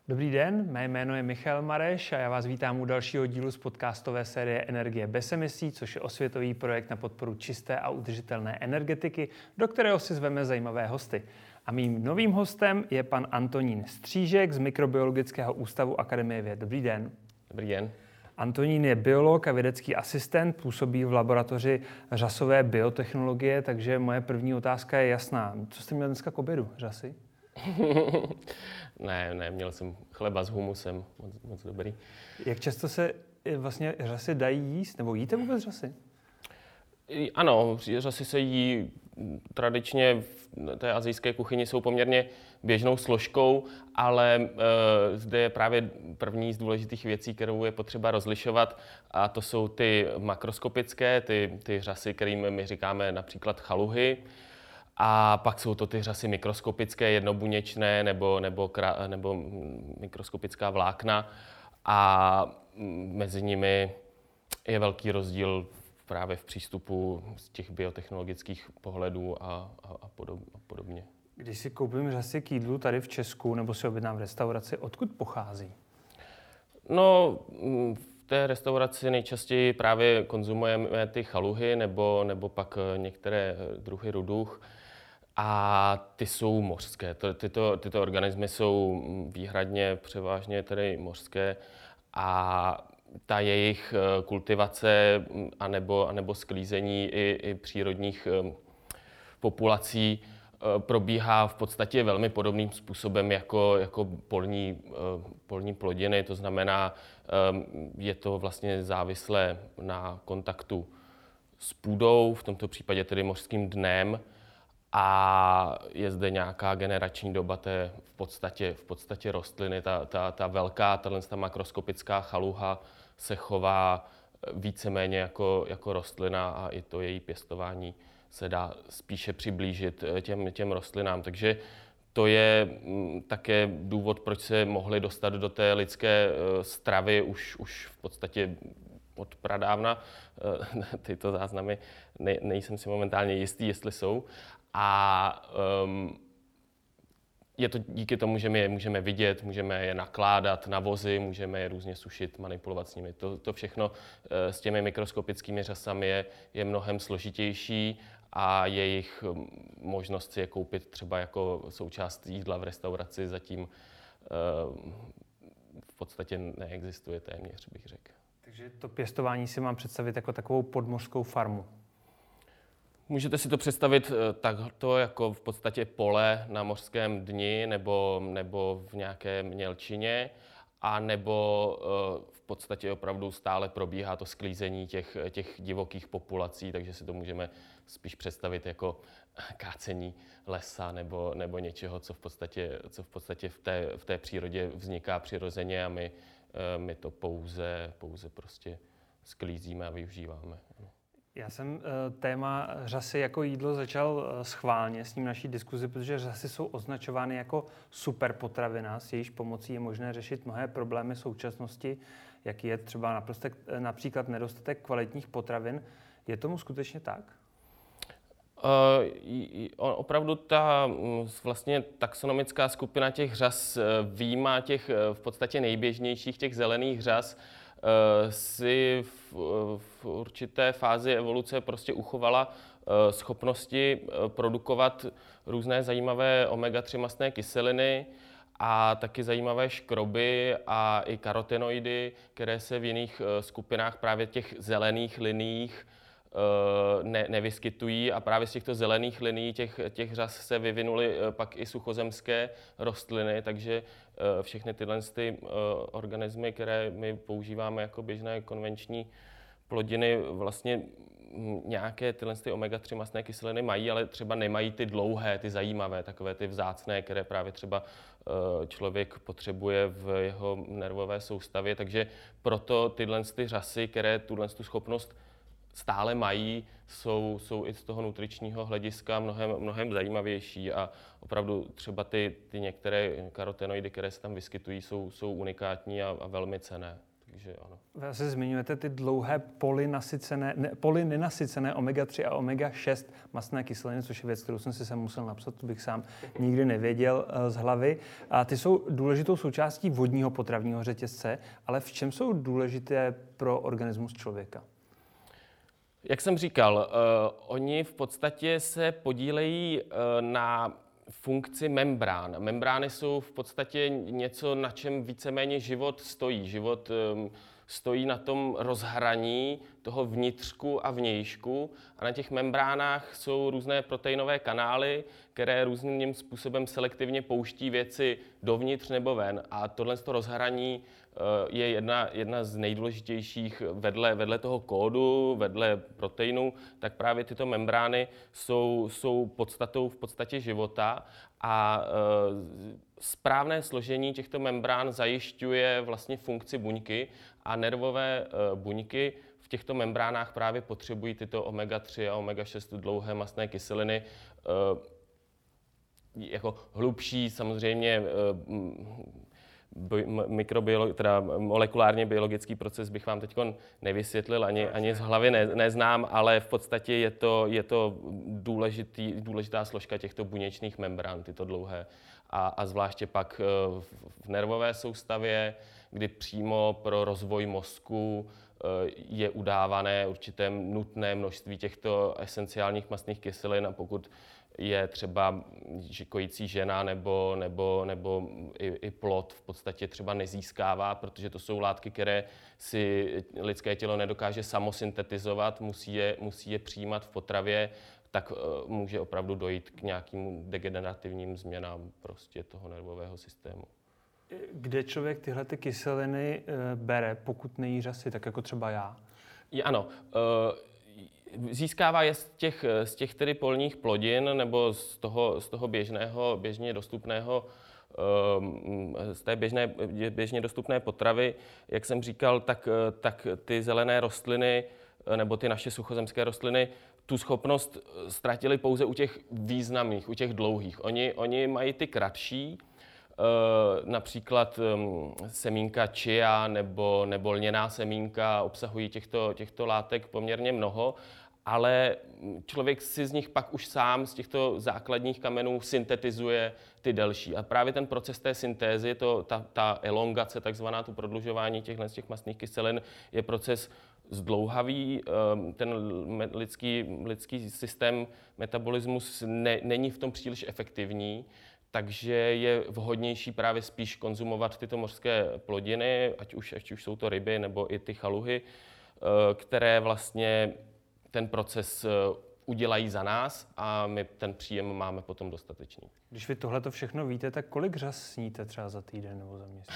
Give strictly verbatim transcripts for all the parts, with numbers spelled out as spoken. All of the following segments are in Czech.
Dobrý den, mé jméno je Michal Mareš a já vás vítám u dalšího dílu z podcastové série Energie bez emisí, což je osvětový projekt na podporu čisté a udržitelné energetiky, do kterého si zveme zajímavé hosty. A mým novým hostem je pan Antonín Střížek z Mikrobiologického ústavu Akademie věd. Dobrý den. Dobrý den. Antonín je biolog a vědecký asistent, působí v laboratoři řasové biotechnologie, takže moje první otázka je jasná. Co jste měl dneska k obědu, řasy? ne, ne, měl jsem chleba s humusem, moc, moc dobrý. Jak často se vlastně řasy dají jíst, nebo jíte vůbec řasy? Ano, řasy se jí tradičně v té asijské kuchyni jsou poměrně běžnou složkou, ale e, zde je právě první z důležitých věcí, kterou je potřeba rozlišovat, a to jsou ty makroskopické, ty, ty řasy, kterým my říkáme například chaluhy. A pak jsou to ty řasy mikroskopické, jednobuněčné nebo, nebo, kra, nebo mikroskopická vlákna. A mezi nimi je velký rozdíl právě v přístupu z těch biotechnologických pohledů a, a, a, podob, a podobně. Když si koupím řasy k jídlu tady v Česku nebo si objednám v restauraci, odkud pochází? No, v té restauraci nejčastěji právě konzumujeme ty chaluhy nebo, nebo pak některé druhy rudůch. A ty jsou mořské. Tyto, tyto organismy jsou výhradně převážně tedy mořské a ta jejich kultivace anebo, anebo sklízení i, i přírodních populací probíhá v podstatě velmi podobným způsobem jako, jako polní, polní plodiny. To znamená, je to vlastně závislé na kontaktu s půdou, v tomto případě tedy mořským dnem, a je zde nějaká generační doba té v podstatě, v podstatě rostliny. Ta, ta, ta velká, ta makroskopická chaluha se chová víceméně jako, jako rostlina a i to její pěstování se dá spíše přiblížit těm, těm rostlinám. Takže to je také důvod, proč se mohly dostat do té lidské stravy už, už v podstatě od pradávna. Tyto záznamy ne, nejsem si momentálně jistý, jestli jsou. A um, je to díky tomu, že my je můžeme vidět, můžeme je nakládat na vozy, můžeme je různě sušit, manipulovat s nimi. To, to všechno uh, s těmi mikroskopickými řasami je, je mnohem složitější a jejich možnost si je koupit třeba jako součást jídla v restauraci zatím uh, v podstatě neexistuje téměř, bych řekl. Takže to pěstování si mám představit jako takovou podmořskou farmu. Můžete si to představit takto jako v podstatě pole na mořském dni nebo, nebo v nějaké mělčině, a nebo v podstatě opravdu stále probíhá to sklízení těch, těch divokých populací, takže si to můžeme spíš představit jako kácení lesa nebo, nebo něčeho, co v podstatě, co v, podstatě v, té, v té přírodě vzniká přirozeně a my, my to pouze, pouze prostě sklízíme a využíváme. Já jsem téma řasy jako jídlo začal schválně s ním naší diskuzi, protože řasy jsou označovány jako superpotravina, s jejíž pomocí je možné řešit mnohé problémy současnosti, jaký je třeba naprostek, například nedostatek kvalitních potravin. Je tomu skutečně tak? Uh, opravdu ta vlastně taxonomická skupina těch řas vyjímá těch v podstatě nejběžnějších, těch zelených řas, si v, v určité fázi evoluce prostě uchovala schopnosti produkovat různé zajímavé omega tři mastné kyseliny a taky zajímavé škroby a i karotenoidy, které se v jiných skupinách právě těch zelených liniích ne, nevyskytují, a právě z těchto zelených linií těch, těch řas se vyvinuly pak i suchozemské rostliny, takže všechny tyhle ty organismy, které my používáme jako běžné konvenční plodiny, vlastně nějaké tyhle ty omega tři mastné kyseliny mají, ale třeba nemají ty dlouhé, ty zajímavé, takové ty vzácné, které právě třeba člověk potřebuje v jeho nervové soustavě, takže proto tyhle ty řasy, které tuhle tu schopnost stále mají, jsou, jsou i z toho nutričního hlediska mnohem, mnohem zajímavější a opravdu třeba ty, ty některé karotenoidy, které se tam vyskytují, jsou, jsou unikátní a, a velmi cenné. takže ano. Vy asi zmiňujete ty dlouhé polynasycené, ne, polynenasycené omega tři a omega šest mastné kyseliny, což je věc, kterou jsem si sem musel napsat, to bych sám nikdy nevěděl z hlavy. A ty jsou důležitou součástí vodního potravního řetězce, ale v čem jsou důležité pro organismus člověka? Jak jsem říkal, uh, oni v podstatě se podílejí uh, na funkci membrán. Membrány jsou v podstatě něco, na čem víceméně život stojí. Život um, stojí na tom rozhraní toho vnitřku a vnějšku a na těch membránách jsou různé proteinové kanály, které různým způsobem selektivně pouští věci dovnitř nebo ven. A tohle rozhraní je jedna, jedna z nejdůležitějších vedle, vedle toho kódu, vedle proteinu, tak právě tyto membrány jsou, jsou podstatou v podstatě života a e, správné složení těchto membrán zajišťuje vlastně funkci buňky a nervové e, buňky v těchto membránách právě potřebují tyto omega tři a omega šest dlouhé mastné kyseliny. E, jako hlubší samozřejmě e, mikrobiolo- teda molekulárně biologický proces bych vám teď nevysvětlil, ani, ani z hlavy ne, neznám, ale v podstatě je to, je to důležitý, důležitá složka těchto buněčných membrán, tyto dlouhé. A, a zvláště pak v, v nervové soustavě, kdy přímo pro rozvoj mozku je udávané určité nutné množství těchto esenciálních mastných kyselin a pokud je třeba kojící žena nebo, nebo, nebo i, i plod v podstatě třeba nezískává, protože to jsou látky, které si lidské tělo nedokáže samosyntetizovat, musí je, musí je přijímat v potravě, tak uh, může opravdu dojít k nějakým degenerativním změnám prostě toho nervového systému. Kde člověk tyhle ty kyseliny e, bere, pokud nejí řasy, tak jako třeba já? Je, ano. Uh, Získává je z těch, z těch tedy polních plodin nebo z toho, z toho běžného, běžně dostupného, z té běžné, běžně dostupné potravy. Jak jsem říkal, tak, tak ty zelené rostliny nebo ty naše suchozemské rostliny tu schopnost ztratili pouze u těch významných, u těch dlouhých. Oni, oni mají ty kratší, například semínka chia nebo, nebo lněná semínka obsahují těchto, těchto látek poměrně mnoho, ale člověk si z nich pak už sám z těchto základních kamenů syntetizuje ty delší. A právě ten proces té syntézy, to, ta, ta elongace, takzvaná to prodlužování těchto z těch mastných kyselin, je proces zdlouhavý. Ten lidský, lidský systém metabolismus ne, není v tom příliš efektivní, takže je vhodnější právě spíš konzumovat tyto mořské plodiny, ať už, ať už jsou to ryby nebo i ty chaluhy, které vlastně ten proces udělají za nás a my ten příjem máme potom dostatečný. Když vy tohleto všechno víte, tak kolik řas sníte třeba za týden nebo za měsíc?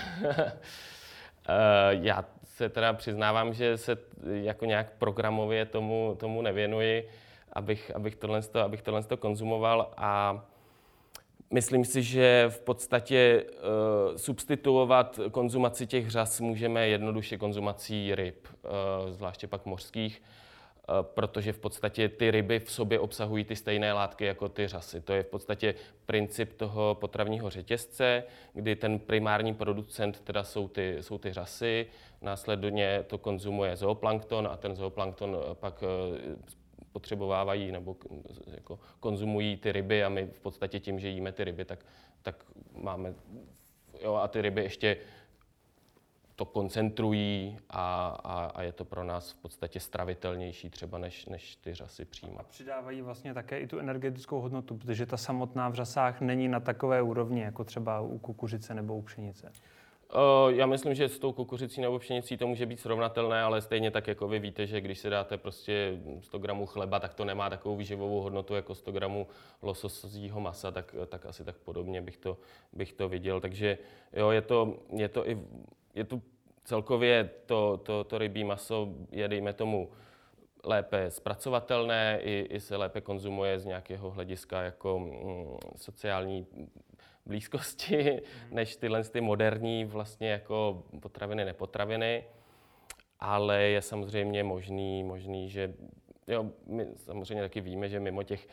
Já se teda přiznávám, že se jako nějak programově tomu, tomu nevěnuji, abych, abych tohle, abych tohle konzumoval a myslím si, že v podstatě uh, substituovat konzumaci těch řas můžeme jednoduše konzumací ryb, uh, zvláště pak mořských, uh, protože v podstatě ty ryby v sobě obsahují ty stejné látky jako ty řasy. To je v podstatě princip toho potravního řetězce, kdy ten primární producent teda jsou ty, jsou ty řasy, následně to konzumuje zooplankton a ten zooplankton pak uh, potřebovávají nebo jako konzumují ty ryby a my v podstatě tím, že jíme ty ryby, tak, tak máme, jo, a ty ryby ještě to koncentrují a, a, a je to pro nás v podstatě stravitelnější třeba než, než ty řasy přímo. A přidávají vlastně také i tu energetickou hodnotu, protože ta samotná v řasách není na takové úrovni, jako třeba u kukuřice nebo u pšenice. Já myslím, že s tou kukuřicí nebo pšenicí to může být srovnatelné, ale stejně tak, jako vy víte, že když si dáte prostě sto gramů chleba, tak to nemá takovou výživovou hodnotu jako sto gramů lososího masa, tak, tak asi tak podobně bych to, bych to viděl. Takže jo, je to, je to, i, je to celkově to, to, to rybí maso je, dejme tomu, lépe zpracovatelné, i, i se lépe konzumuje z nějakého hlediska jako mm, sociální blízkosti, mm. než tyhle ty moderní vlastně jako potraviny, nepotraviny, ale je samozřejmě možný, možný, že jo, my samozřejmě taky víme, že mimo těch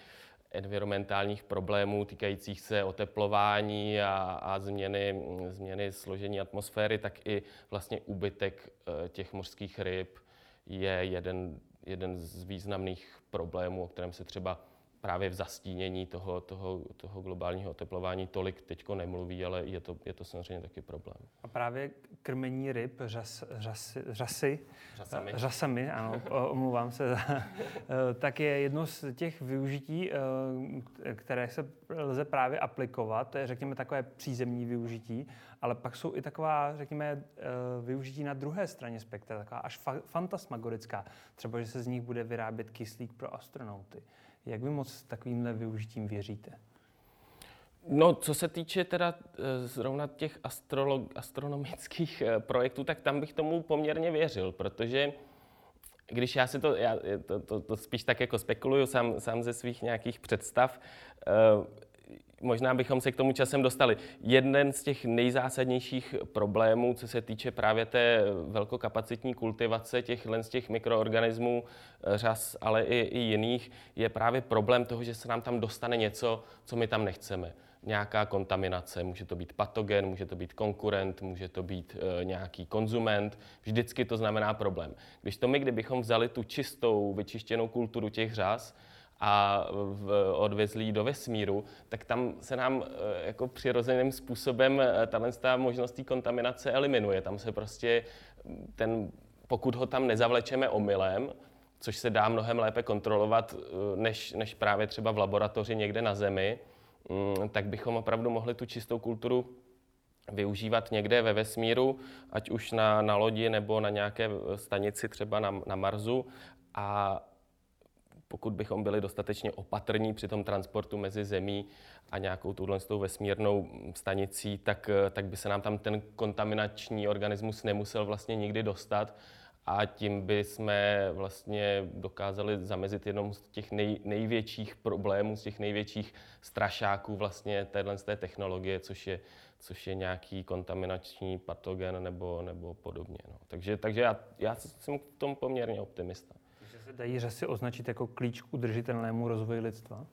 environmentálních problémů týkajících se oteplování a, a změny, změny složení atmosféry, tak i vlastně úbytek těch mořských ryb je jeden, jeden z významných problémů, o kterém se třeba právě v zastínění toho, toho, toho globálního oteplování tolik teďko nemluví, ale je to, je to samozřejmě taky problém. A právě krmení ryb, řas, řasy, řasy, řasami. řasami, ano, omlouvám se, tak je jedno z těch využití, které se lze právě aplikovat, to je, řekněme, takové přízemní využití, ale pak jsou i taková, řekněme, využití na druhé straně spektra, taková až fa- fantasmagorická, třeba, že se z nich bude vyrábět kyslík pro astronauty. Jak vy moc takovýmhle využitím věříte? No, co se týče teda zrovna těch astrolog, astronomických projektů, tak tam bych tomu poměrně věřil, protože když já si to, já to, to, to spíš tak jako spekuluju sám, sám ze svých nějakých představ, možná bychom se k tomu časem dostali. Jeden z těch nejzásadnějších problémů, co se týče právě té velkokapacitní kultivace těch, z těch mikroorganismů, řas, ale i, i jiných, je právě problém toho, že se nám tam dostane něco, co my tam nechceme. Nějaká kontaminace, může to být patogen, může to být konkurent, může to být e, nějaký konzument. Vždycky to znamená problém. Když to my, kdybychom vzali tu čistou, vyčištěnou kulturu těch řas, a v, odvezli ji do vesmíru, tak tam se nám e, jako přirozeným způsobem tato možnost té kontaminace eliminuje. Tam se prostě ten, pokud ho tam nezavlečeme omylem, což se dá mnohem lépe kontrolovat, než, než právě třeba v laboratoři někde na Zemi, m, tak bychom opravdu mohli tu čistou kulturu využívat někde ve vesmíru, ať už na, na lodi nebo na nějaké stanici třeba na, na Marsu. A pokud bychom byli dostatečně opatrní při tom transportu mezi Zemí a nějakou tuhle vesmírnou stanicí, tak, tak by se nám tam ten kontaminační organismus nemusel vlastně nikdy dostat a tím by jsme vlastně dokázali zamezit jednou z těch nej, největších problémů, z těch největších strašáků vlastně téhle z té technologie, což je, což je nějaký kontaminační patogen nebo, nebo podobně. No. Takže, takže já, já jsem v tom poměrně optimista. Se dají řasy označit jako klíč k udržitelnému rozvoji lidstva?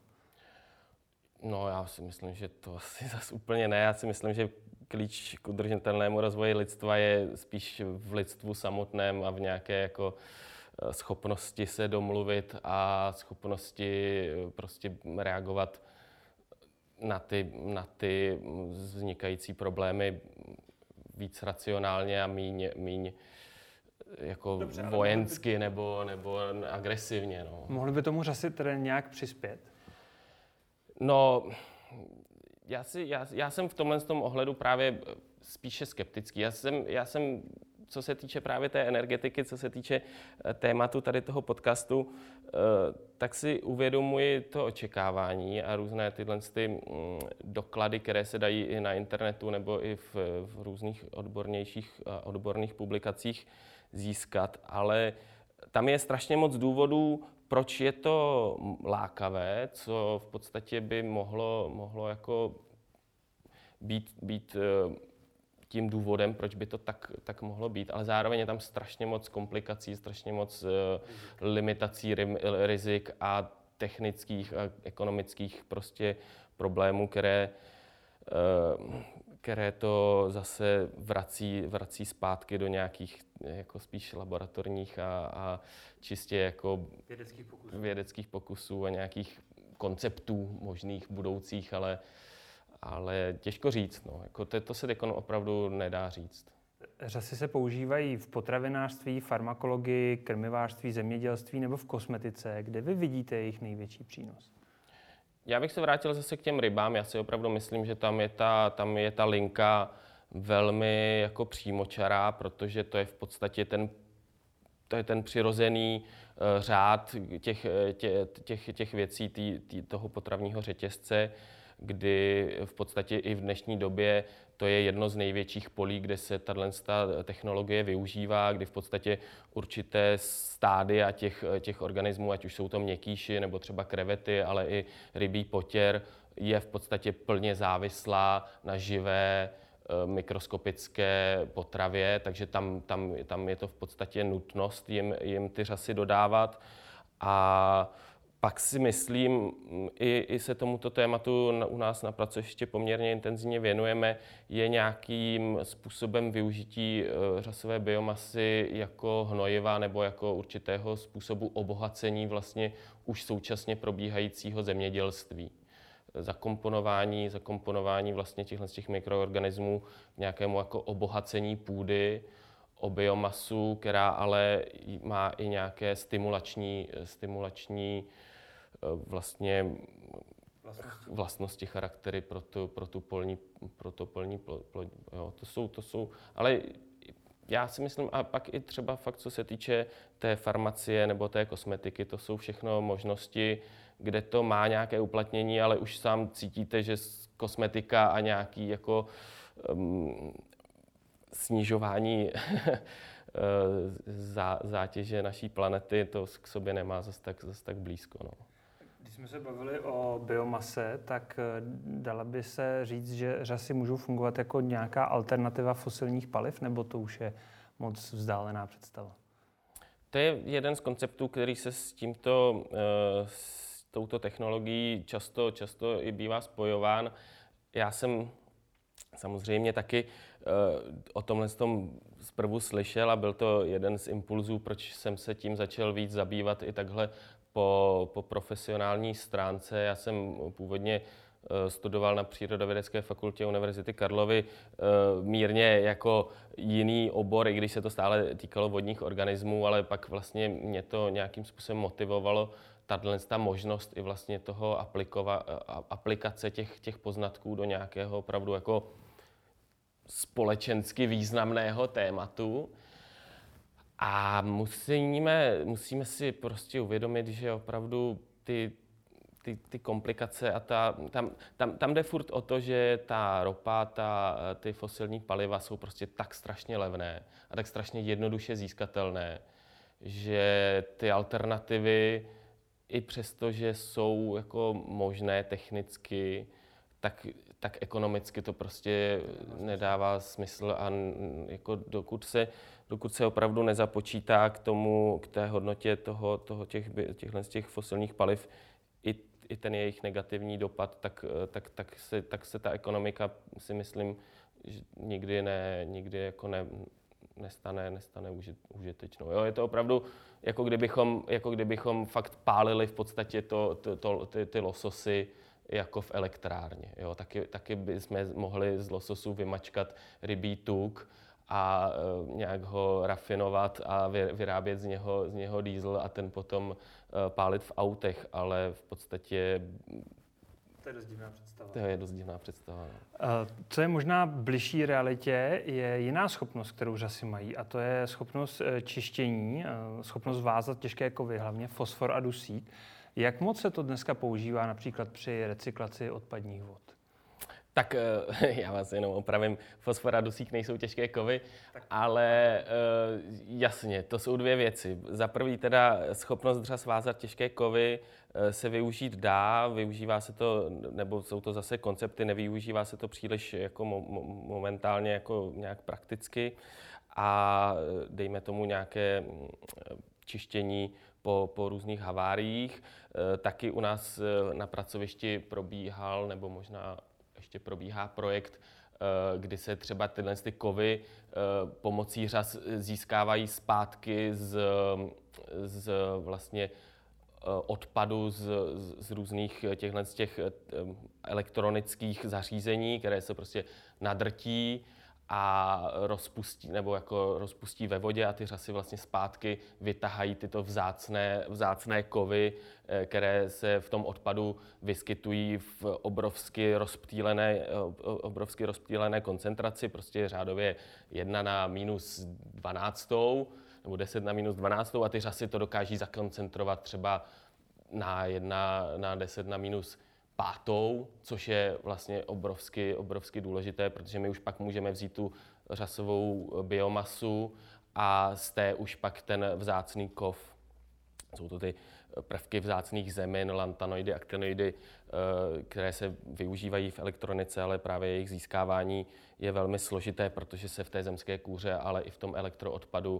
No, já si myslím, že to asi zase úplně ne. Já si myslím, že klíč k udržitelnému rozvoji lidstva je spíš v lidstvu samotném a v nějaké jako schopnosti se domluvit a schopnosti prostě reagovat na ty, na ty vznikající problémy víc racionálně a míň, míň jako Dobře, vojensky by... nebo, nebo agresivně. No. Mohly by tomu řasy tedy nějak přispět? No, já, si, já, já jsem v tomhle tom ohledu právě spíše skeptický. Já jsem, já jsem, co se týče právě té energetiky, co se týče tématu tady toho podcastu, tak si uvědomuji to očekávání a různé tyhle ty doklady, které se dají i na internetu nebo i v, v různých odbornějších a odborných publikacích získat, ale tam je strašně moc důvodů, proč je to lákavé, co v podstatě by mohlo, mohlo jako být, být tím důvodem, proč by to tak, tak mohlo být, ale zároveň je tam strašně moc komplikací, strašně moc limitací, rizik a technických a ekonomických prostě problémů, které které to zase vrací, vrací zpátky do nějakých jako spíš laboratorních a, a čistě jako vědeckých pokusů. vědeckých pokusů a nějakých konceptů možných budoucích, ale, ale těžko říct. No. Jako to, to se teď opravdu nedá říct. Řasy se používají v potravinářství, farmakologii, krmivářství, zemědělství nebo v kosmetice. Kde vy vidíte jejich největší přínos? Já bych se vrátil zase k těm rybám. Já si opravdu myslím, že tam je ta, tam je ta linka velmi jako přímočará, protože to je v podstatě ten, to je ten přirozený uh, řád těch, tě, těch, těch věcí tý, tý, toho potravního řetězce, kdy v podstatě i v dnešní době to je jedno z největších polí, kde se tato technologie využívá, kdy v podstatě určité stádia těch, těch organismů, ať už jsou to měkkýši nebo třeba krevety, ale i rybí potěr, je v podstatě plně závislá na živé mikroskopické potravě, takže tam, tam, tam je to v podstatě nutnost jim, jim ty řasy dodávat. A Pak si myslím, i, i se tomuto tématu u nás na pracovišti poměrně intenzivně věnujeme, je nějakým způsobem využití řasové biomasy jako hnojiva nebo jako určitého způsobu obohacení vlastně už současně probíhajícího zemědělství. Zakomponování, zakomponování vlastně těchto těch mikroorganismů k nějakému jako obohacení půdy o biomasu, která ale má i nějaké stimulační, stimulační vlastně vlastnosti, vlastnosti charaktery pro tu, pro tu polní, pro to polní plod. Jo, to jsou, to jsou, ale já si myslím, a pak i třeba fakt, co se týče té farmacie nebo té kosmetiky, to jsou všechno možnosti, kde to má nějaké uplatnění, ale už sám cítíte, že kosmetika a nějaký jako um, snižování zá, zátěže naší planety, to k sobě nemá zase tak, zase tak blízko. No. Když jsme se bavili o biomase, tak dala by se říct, že řasy můžou fungovat jako nějaká alternativa fosilních paliv, nebo to už je moc vzdálená představa? To je jeden z konceptů, který se s tímto, s touto technologií často, často i bývá spojován. Já jsem samozřejmě taky o tomhle tom zprvu slyšel a byl to jeden z impulzů, proč jsem se tím začal víc zabývat i takhle po, po profesionální stránce. Já jsem původně studoval na Přírodovědecké fakultě Univerzity Karlovy mírně jako jiný obor, i když se to stále týkalo vodních organismů, ale pak vlastně mě to nějakým způsobem motivovalo, tato možnost i vlastně toho aplikova, aplikace těch, těch poznatků do nějakého opravdu jako společensky významného tématu. A musíme, musíme si prostě uvědomit, že opravdu ty, ty, ty komplikace a ta, tam, tam, tam jde furt o to, že ta ropa, ta, ty fosilní paliva jsou prostě tak strašně levné a tak strašně jednoduše získatelné, že ty alternativy, i přesto, že jsou jako možné technicky, tak, tak ekonomicky to prostě nedává smysl a jako dokud se, dokud se opravdu nezapočítá k tomu, k té hodnotě toho, toho těch, těchhle z těch fosilních paliv i, i ten jejich negativní dopad, tak, tak, tak, se, tak se ta ekonomika, si myslím, že nikdy, ne, nikdy jako ne, nestane, nestane užitečnou. Jo, je to opravdu, jako kdybychom, jako kdybychom fakt pálili v podstatě to, to, to, ty, ty lososy jako v elektrárně. Jo, taky, taky bychom mohli z lososu vymačkat rybí tuk a e, nějak ho rafinovat a vy, vyrábět z něho, z něho diesel a ten potom e, pálit v autech, ale v podstatě to je dost divná představa. To je dost divná představa. No. Co je možná bližší realitě, je jiná schopnost, kterou řasy mají, a to je schopnost čištění, schopnost vázat těžké kovy, hlavně fosfor a dusík. Jak moc se to dneska používá například při recyklaci odpadních vod? Tak já vás jenom opravím, fosfor a dusík nejsou těžké kovy, tak. ale jasně, to jsou dvě věci. Za prvý teda schopnost řas vázat těžké kovy se využít dá, využívá se to, nebo jsou to zase koncepty, nevyužívá se to příliš jako mo- momentálně jako nějak prakticky a dejme tomu nějaké čištění po, po různých haváriích. Taky u nás na pracovišti probíhal, nebo možná ještě probíhá projekt, kdy se třeba tyhle ty kovy pomocí řas získávají zpátky z, z vlastně odpadu z, z různých těchhle z těch elektronických zařízení, které se prostě nadrtí a rozpustí, nebo jako rozpustí ve vodě a ty řasy vlastně zpátky vytahají tyto vzácné, vzácné kovy, které se v tom odpadu vyskytují v obrovsky rozptýlené, obrovsky rozptýlené koncentraci, prostě řádově jedna na minus dvanáctou, nebo deset na minus dvanáctou a ty řasy to dokáží zakoncentrovat třeba na jedna na deset na minus pátou, což je vlastně obrovsky, obrovsky důležité, protože my už pak můžeme vzít tu řasovou biomasu a z té už pak ten vzácný kov. Jsou to ty prvky vzácných zemin, lantanoidy, aktinoidy, které se využívají v elektronice, ale právě jejich získávání je velmi složité, protože se v té zemské kůře, ale i v tom elektroodpadu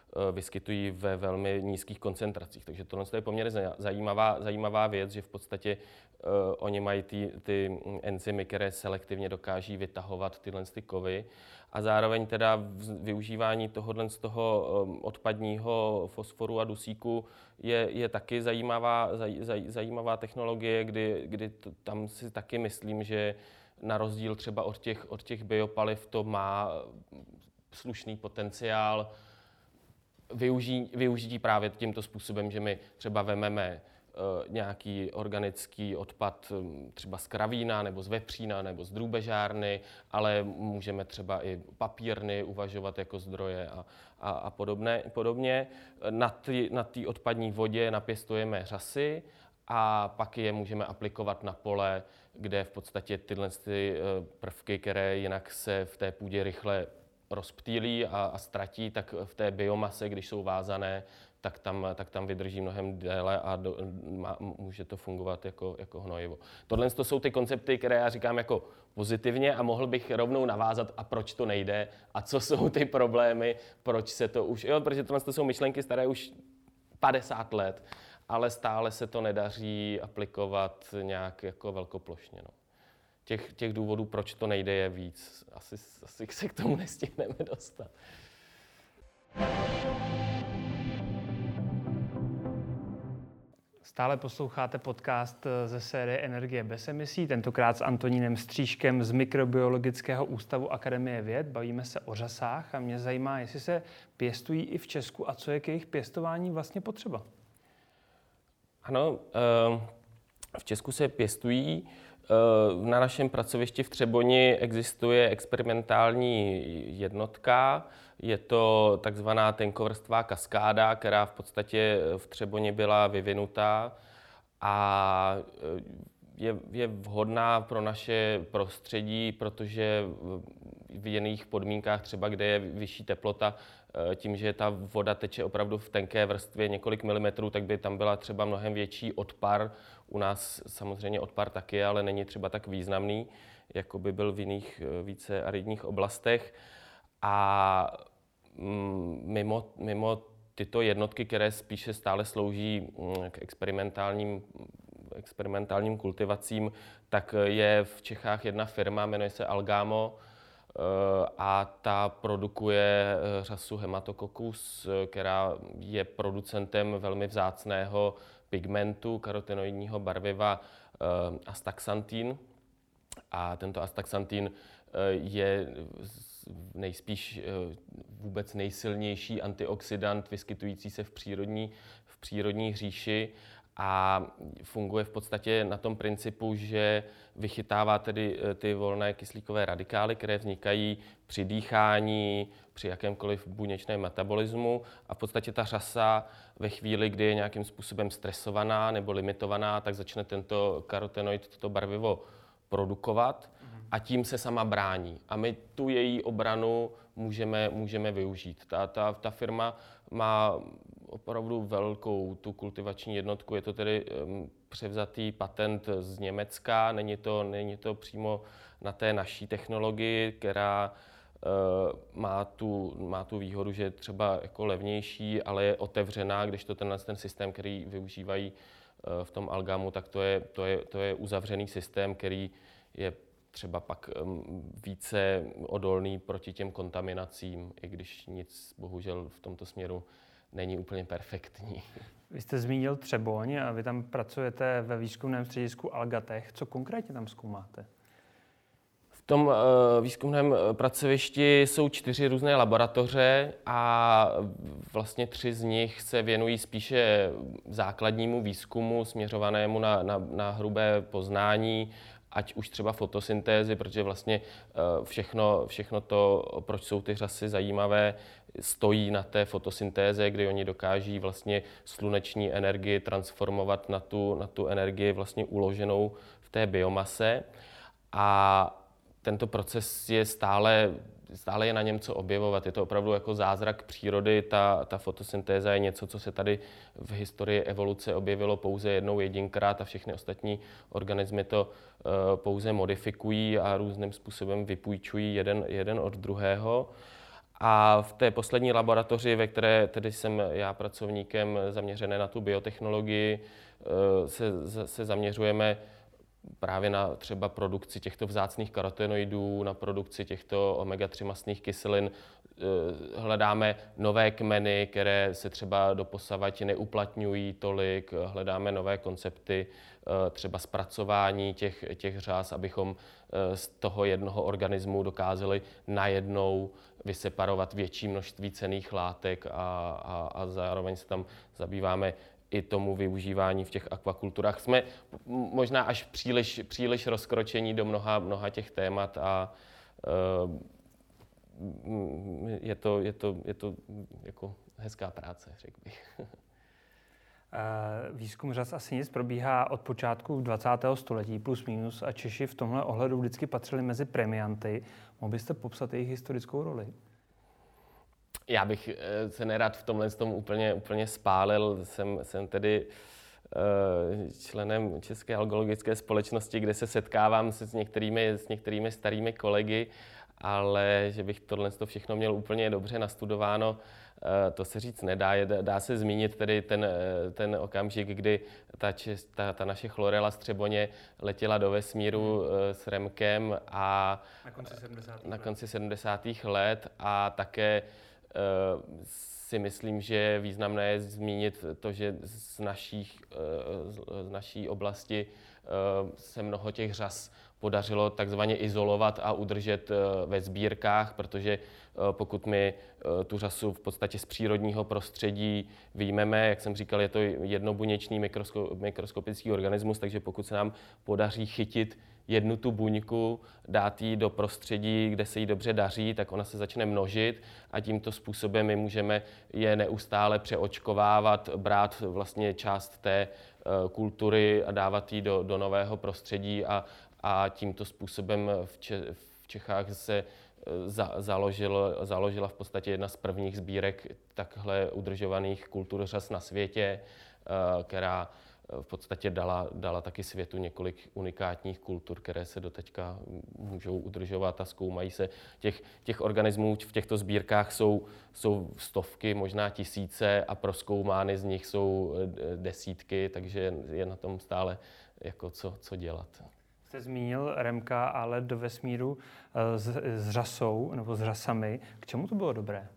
vyskytují ve velmi nízkých koncentracích. Takže tohle je poměrně zajímavá, zajímavá věc, že v podstatě uh, oni mají ty, ty enzymy, které selektivně dokáží vytahovat tyhle ty kovy. A zároveň teda využívání tohohle z toho um, odpadního fosforu a dusíku je, je taky zajímavá, zaj, zaj, zajímavá technologie, kdy, kdy to, tam si taky myslím, že na rozdíl třeba od těch, od těch biopaliv to má slušný potenciál využí, využití právě tímto způsobem, že my třeba vememe uh, nějaký organický odpad um, třeba z kravína nebo z vepřína nebo z drůbežárny, ale můžeme třeba i papírny uvažovat jako zdroje a, a, a podobné, podobně. Na té na té odpadní vodě napěstujeme řasy a pak je můžeme aplikovat na pole, kde v podstatě tyhle ty prvky, které jinak se v té půdě rychle rozptýlí a, a ztratí, tak v té biomase, když jsou vázané, tak tam, tak tam vydrží mnohem déle a do, má, může to fungovat jako, jako hnojivo. Tohle to jsou ty koncepty, které já říkám jako pozitivně a mohl bych rovnou navázat, a proč to nejde a co jsou ty problémy, proč se to už, jo, protože tohle to jsou myšlenky staré už padesát let, ale stále se to nedaří aplikovat nějak jako velkoplošně. No. Těch, těch důvodů, proč to nejde, je víc. Asi, asi se k tomu nestihneme dostat. Stále posloucháte podcast ze série Energie bez emisí, tentokrát s Antonínem Stříškem z Mikrobiologického ústavu Akademie věd. Bavíme se o řasách a mě zajímá, jestli se pěstují i v Česku a co je k jejich pěstování vlastně potřeba. Ano, v Česku se pěstují. Na našem pracovišti v Třeboni existuje experimentální jednotka. Je to takzvaná tenkovrstvá kaskáda, která v podstatě v Třeboni byla vyvinutá a je, je vhodná pro naše prostředí, protože v jiných podmínkách, třeba kde je vyšší teplota, tím, že ta voda teče opravdu v tenké vrstvě několik milimetrů, tak by tam byla třeba mnohem větší odpar. U nás samozřejmě odpar taky, ale není třeba tak významný, jako by byl v jiných více aridních oblastech. A mimo, mimo tyto jednotky, které spíše stále slouží k experimentálním, experimentálním kultivacím, tak je v Čechách jedna firma, jmenuje se Algamo, a ta produkuje řasu Haematococcus, která je producentem velmi vzácného pigmentu, karotenoidního barviva astaxantin. A tento astaxantin je nejspíš vůbec nejsilnější antioxidant vyskytující se v přírodní, v přírodní říši a funguje v podstatě na tom principu, že vychytává tedy ty volné kyslíkové radikály, které vznikají při dýchání, při jakémkoliv buněčném metabolismu a v podstatě ta řasa ve chvíli, kdy je nějakým způsobem stresovaná nebo limitovaná, tak začne tento karotenoid, toto barvivo produkovat a tím se sama brání. A my tu její obranu můžeme, můžeme využít. Ta, ta, ta firma má opravdu velkou tu kultivační jednotku. Je to tedy um, převzatý patent z Německa, není to, není to přímo na té naší technologii, která uh, má, tu, má tu výhodu, že je třeba jako levnější, ale je otevřená, když to tenhle ten systém, který využívají uh, v tom Algamu, tak to je, to je, to je uzavřený systém, který je třeba pak um, více odolný proti těm kontaminacím, i když nic bohužel v tomto směru není úplně perfektní. Vy jste zmínil Třeboň a vy tam pracujete ve výzkumném středisku Algatech. Co konkrétně tam zkoumáte? V tom uh, výzkumném pracovišti jsou čtyři různé laboratoře a vlastně tři z nich se věnují spíše základnímu výzkumu směřovanému na, na, na hrubé poznání, ať už třeba fotosyntézy, protože vlastně všechno, všechno to, proč jsou ty řasy zajímavé, stojí na té fotosyntéze, kdy oni dokáží vlastně sluneční energii transformovat na tu, na tu energii vlastně uloženou v té biomase. A tento proces je stále, stále je na něm co objevovat. Je to opravdu jako zázrak přírody. Ta, ta fotosyntéza je něco, co se tady v historii evoluce objevilo pouze jednou jedinkrát a všechny ostatní organismy to uh, pouze modifikují a různým způsobem vypůjčují jeden, jeden od druhého. A v té poslední laboratoři, ve které tedy jsem já pracovníkem zaměřené na tu biotechnologii, se, se zaměřujeme právě na třeba produkci těchto vzácných karotenoidů, na produkci těchto omega tři mastných kyselin. Hledáme nové kmeny, které se třeba doposavať neuplatňují tolik, hledáme nové koncepty, třeba zpracování těch, těch řas, abychom z toho jednoho organismu dokázali najednou vyseparovat větší množství cenných látek a, a, a zároveň se tam zabýváme i tomu využívání v těch akvakulturách. Jsme možná až příliš, příliš rozkročení do mnoha, mnoha těch témat a uh, je to, je to, je to jako hezká práce, řekl bych. Výzkum řas asi nic probíhá od počátku dvacátého století plus minus a Češi v tomhle ohledu vždycky patřili mezi premianty. Mohl byste popsat jejich historickou roli? Já bych se nerad v tomhle tom úplně, úplně spálil. Jsem, jsem tedy členem České algologické společnosti, kde se setkávám se s některými, s některými starými kolegy, ale že bych tohle všechno měl úplně dobře nastudováno, to se říct nedá. Dá se zmínit tedy ten, ten okamžik, kdy ta, ta, ta naše Chlorella Střeboně letěla do vesmíru s Remkem a na konci sedmdesátých na konci sedmdesátých let a také si myslím, že je významné zmínit to, že z, našich, z naší oblasti se mnoho těch řas podařilo takzvaně izolovat a udržet ve sbírkách, protože pokud my tu řasu v podstatě z přírodního prostředí vyjmeme, jak jsem říkal, je to jednobuněčný mikrosko, mikroskopický organismus, takže pokud se nám podaří chytit jednu tu buňku, dát ji do prostředí, kde se jí dobře daří, tak ona se začne množit a tímto způsobem my můžeme je neustále přeočkovávat, brát vlastně část té kultury a dávat ji do, do nového prostředí a, a tímto způsobem v, Če, v Čechách se za, založil, založila v podstatě jedna z prvních sbírek takhle udržovaných kultur řas na světě, která v podstatě dala, dala taky světu několik unikátních kultur, které se doteďka můžou udržovat a zkoumají se. Těch, těch organismů v těchto sbírkách jsou, jsou stovky, možná tisíce a prozkoumány z nich jsou desítky, takže je na tom stále jako co, co dělat. Jste zmínil Remka a let do vesmíru s, s řasou nebo s řasami. K čemu to bylo dobré?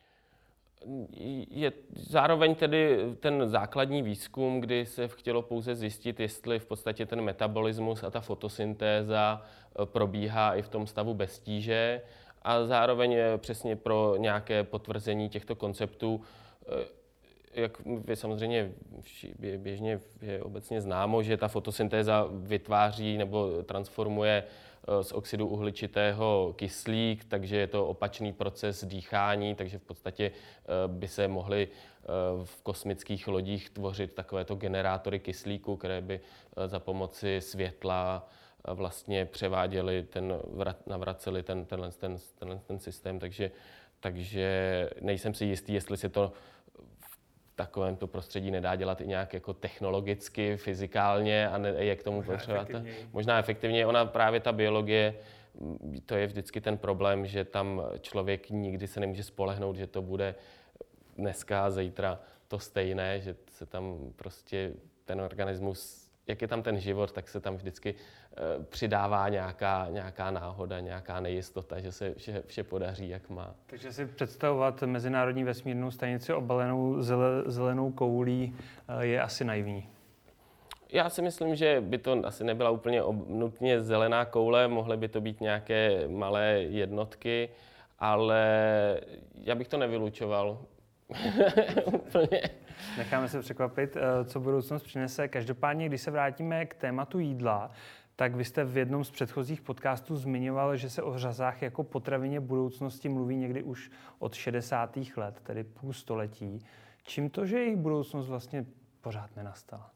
Je zároveň tedy ten základní výzkum, kdy se chtělo pouze zjistit, jestli v podstatě ten metabolismus a ta fotosyntéza probíhá i v tom stavu bez tíže a zároveň přesně pro nějaké potvrzení těchto konceptů, jak je samozřejmě běžně je obecně známo, že ta fotosyntéza vytváří nebo transformuje z oxidu uhličitého kyslík, takže je to opačný proces dýchání, takže v podstatě by se mohly v kosmických lodích tvořit takovéto generátory kyslíku, které by za pomoci světla vlastně převáděly, ten, navraceli ten, tenhle, ten, tenhle ten systém, takže, takže nejsem si jistý, jestli se to v takovémto prostředí nedá dělat i nějak jako technologicky, fyzikálně a ne, je k tomu potřeba. Možná efektivně. Ona právě ta biologie, to je vždycky ten problém, že tam člověk nikdy se nemůže spolehnout, že to bude dneska a zítra to stejné, že se tam prostě ten organismus, jak je tam ten život, tak se tam vždycky uh, přidává nějaká, nějaká náhoda, nějaká nejistota, že se vše, vše podaří, jak má. Takže si představovat Mezinárodní vesmírnou stanici obalenou zele, zelenou koulí uh, je asi naivní. Já si myslím, že by to asi nebyla úplně ob, nutně zelená koule, mohly by to být nějaké malé jednotky, ale já bych to nevylučoval. Úplně. Necháme se překvapit, co budoucnost přinese. Každopádně, když se vrátíme k tématu jídla, tak vy jste v jednom z předchozích podcastů zmiňoval, že se o řasách jako potravině budoucnosti mluví někdy už od šedesátých let, tedy půl století. Čím to, že jejich budoucnost vlastně pořád nenastala?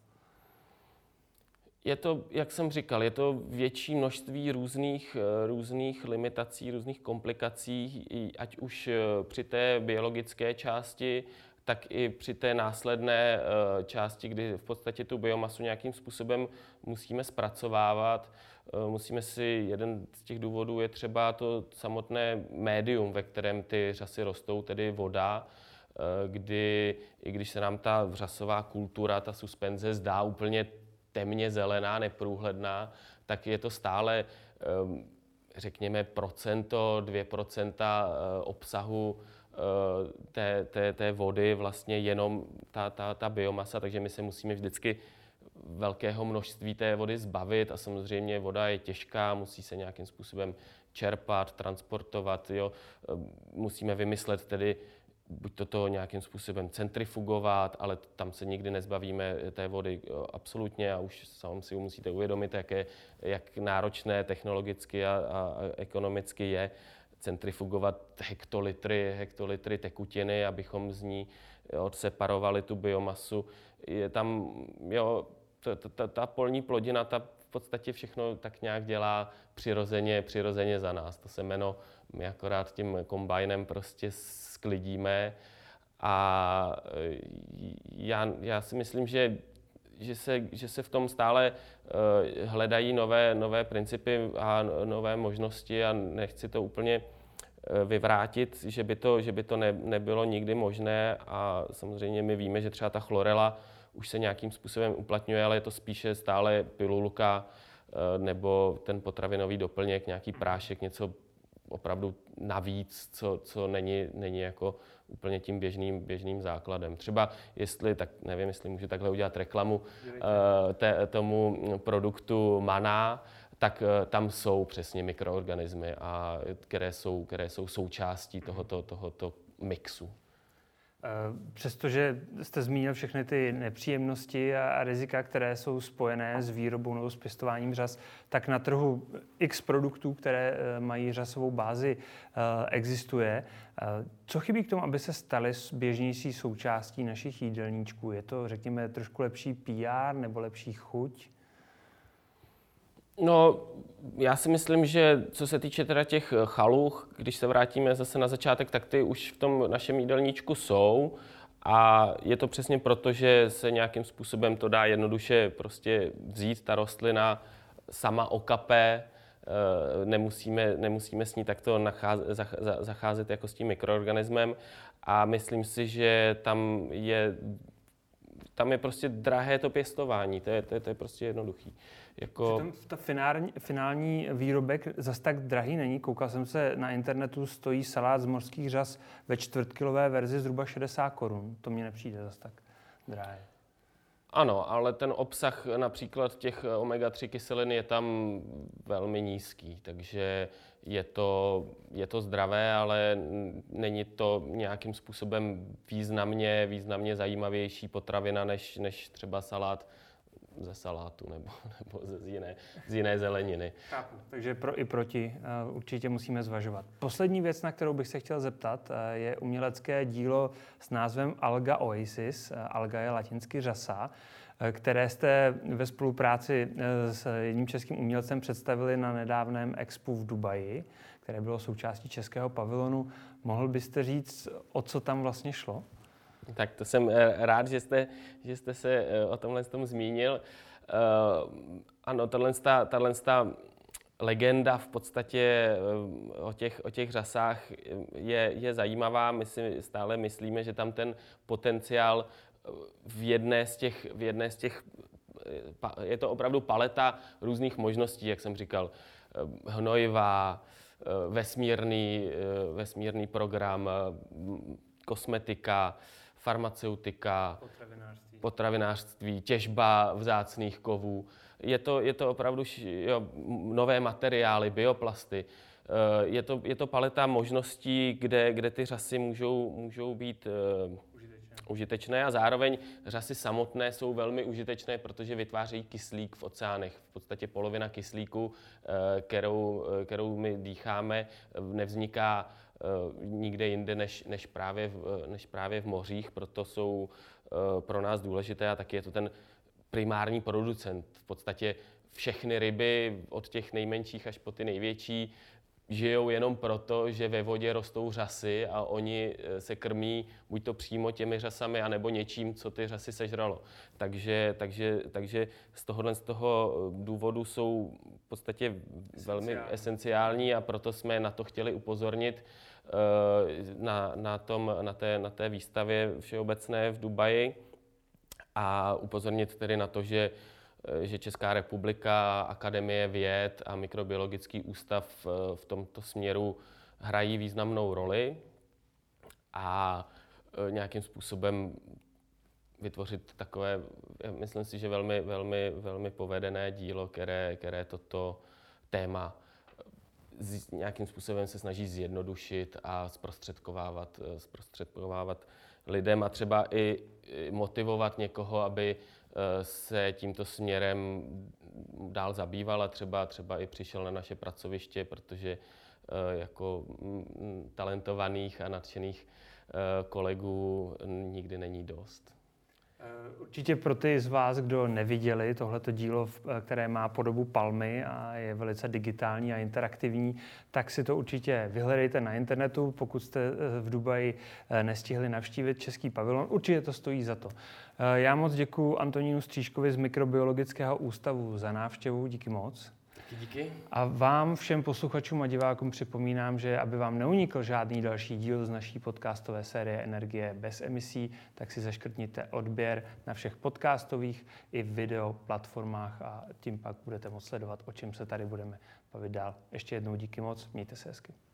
Je to, jak jsem říkal, je to větší množství různých, různých limitací, různých komplikací, ať už při té biologické části, tak i při té následné části, kdy v podstatě tu biomasu nějakým způsobem musíme zpracovávat. Musíme si, jeden z těch důvodů je třeba to samotné médium, ve kterém ty řasy rostou, tedy voda, kdy i když se nám ta vřasová kultura, ta suspenze zdá úplně temně zelená, neprůhledná, tak je to stále, řekněme, procento, dvě procenta obsahu té, té, té vody, vlastně jenom ta, ta, ta biomasa, takže my se musíme vždycky velkého množství té vody zbavit a samozřejmě voda je těžká, musí se nějakým způsobem čerpat, transportovat, jo. Musíme vymyslet tedy, buď toto nějakým způsobem centrifugovat, ale tam se nikdy nezbavíme té vody absolutně a už sám si musíte uvědomit, jak, je, jak náročné technologicky a, a ekonomicky je centrifugovat hektolitry, hektolitry tekutiny, abychom z ní odseparovali tu biomasu. Je tam, jo, ta, ta, ta polní plodina, ta v podstatě všechno tak nějak dělá přirozeně, přirozeně za nás. To semeno my akorát tím kombajnem prostě sklidíme a já, já si myslím, že, že, se, že se v tom stále uh, hledají nové, nové principy a nové možnosti a nechci to úplně uh, vyvrátit, že by to, že by to ne, nebylo nikdy možné a samozřejmě my víme, že třeba ta chlorela už se nějakým způsobem uplatňuje, ale je to spíše stále pilulka uh, nebo ten potravinový doplněk, nějaký prášek, něco opravdu navíc, co, co není, není jako úplně tím běžným, běžným základem. Třeba jestli, tak nevím, jestli můžu takhle udělat reklamu uh, te, tomu produktu Mana, tak uh, tam jsou přesně mikroorganismy, a které jsou, které jsou součástí tohoto, tohoto mixu. Přestože jste zmínil všechny ty nepříjemnosti a rizika, které jsou spojené s výrobou nebo s pěstováním řas, tak na trhu x produktů, které mají řasovou bázi, existuje. Co chybí k tomu, aby se staly běžnější součástí našich jídelníčků? Je to, řekněme, trošku lepší P R nebo lepší chuť? No, já si myslím, že co se týče teda těch chaluch, když se vrátíme zase na začátek, tak ty už v tom našem jídelníčku jsou a je to přesně proto, že se nějakým způsobem to dá jednoduše prostě vzít, ta rostlina sama okape, nemusíme, nemusíme s ní takto nacházet, zacházet jako s tím mikroorganismem a myslím si, že tam je Tam je prostě drahé to pěstování, to je, to je, to je prostě jednoduchý. Jako... Přitom ta finální, finální výrobek zas tak drahý není. Koukal jsem se na internetu, stojí salát z mořských řas ve čtvrtkilové verzi zhruba šedesát korun. To mně nepřijde zas tak drahé. Ano, ale ten obsah například těch omega tři kyselin je tam velmi nízký, takže je to, je to zdravé, ale není to nějakým způsobem významně, významně zajímavější potravina než, než třeba salát ze salátu nebo, nebo z, jiné, z jiné zeleniny. Chápu. Takže pro i proti uh, určitě musíme zvažovat. Poslední věc, na kterou bych se chtěl zeptat, uh, je umělecké dílo s názvem Alga Oasis. Uh, alga je latinsky řasa, uh, které jste ve spolupráci uh, s jedním českým umělcem představili na nedávném expu v Dubaji, které bylo součástí českého pavilonu. Mohl byste říct, o co tam vlastně šlo? Tak to jsem rád, že jste, že jste se o tomhle tom zmínil. Uh, ano, tahle legenda v podstatě o těch, o těch řasách je, je zajímavá. My si stále myslíme, že tam ten potenciál v jedné z těch, v jedné z těch je to opravdu paleta různých možností, jak jsem říkal. Hnojiva, vesmírný, vesmírný program, kosmetika, farmaceutika, potravinářství. potravinářství, těžba vzácných kovů. Je to, je to opravdu jo, nové materiály, bioplasty. Je to, je to paleta možností, kde, kde ty řasy můžou, můžou být užitečné. užitečné a zároveň řasy samotné jsou velmi užitečné, protože vytvářejí kyslík v oceánech. V podstatě polovina kyslíku, kterou, kterou my dýcháme, nevzniká nikde jinde než, než, právě v, než právě v mořích, proto jsou pro nás důležité a taky je to ten primární producent. V podstatě všechny ryby, od těch nejmenších až po ty největší, žijou jenom proto, že ve vodě rostou řasy a oni se krmí buď to přímo těmi řasami, anebo něčím, co ty řasy sežralo. Takže, takže, takže z tohohle z toho důvodu jsou v podstatě velmi esenciální a proto jsme na to chtěli upozornit na, na, tom, na, té, na té výstavě všeobecné v Dubaji a upozornit tedy na to, že že Česká republika, Akademie věd a Mikrobiologický ústav v tomto směru hrají významnou roli a nějakým způsobem vytvořit takové, myslím si, že velmi, velmi, velmi povedené dílo, které, které toto téma nějakým způsobem se snaží zjednodušit a zprostředkovávat, zprostředkovávat lidem a třeba i motivovat někoho, aby se tímto směrem dál zabýval a třeba, třeba i přišel na naše pracoviště, protože jako talentovaných a nadšených kolegů nikdy není dost. Určitě pro ty z vás, kdo neviděli tohleto dílo, které má podobu palmy a je velice digitální a interaktivní, tak si to určitě vyhledejte na internetu. Pokud jste v Dubaji nestihli navštívit český pavilon, určitě to stojí za to. Já moc děkuji Antonínu Stříškovi z Mikrobiologického ústavu za návštěvu. Díky moc. Díky. A vám všem posluchačům a divákům připomínám, že aby vám neunikl žádný další díl z naší podcastové série Energie bez emisí, tak si zaškrtněte odběr na všech podcastových i video platformách a tím pak budete moct sledovat, o čem se tady budeme bavit dál. Ještě jednou díky moc, mějte se hezky.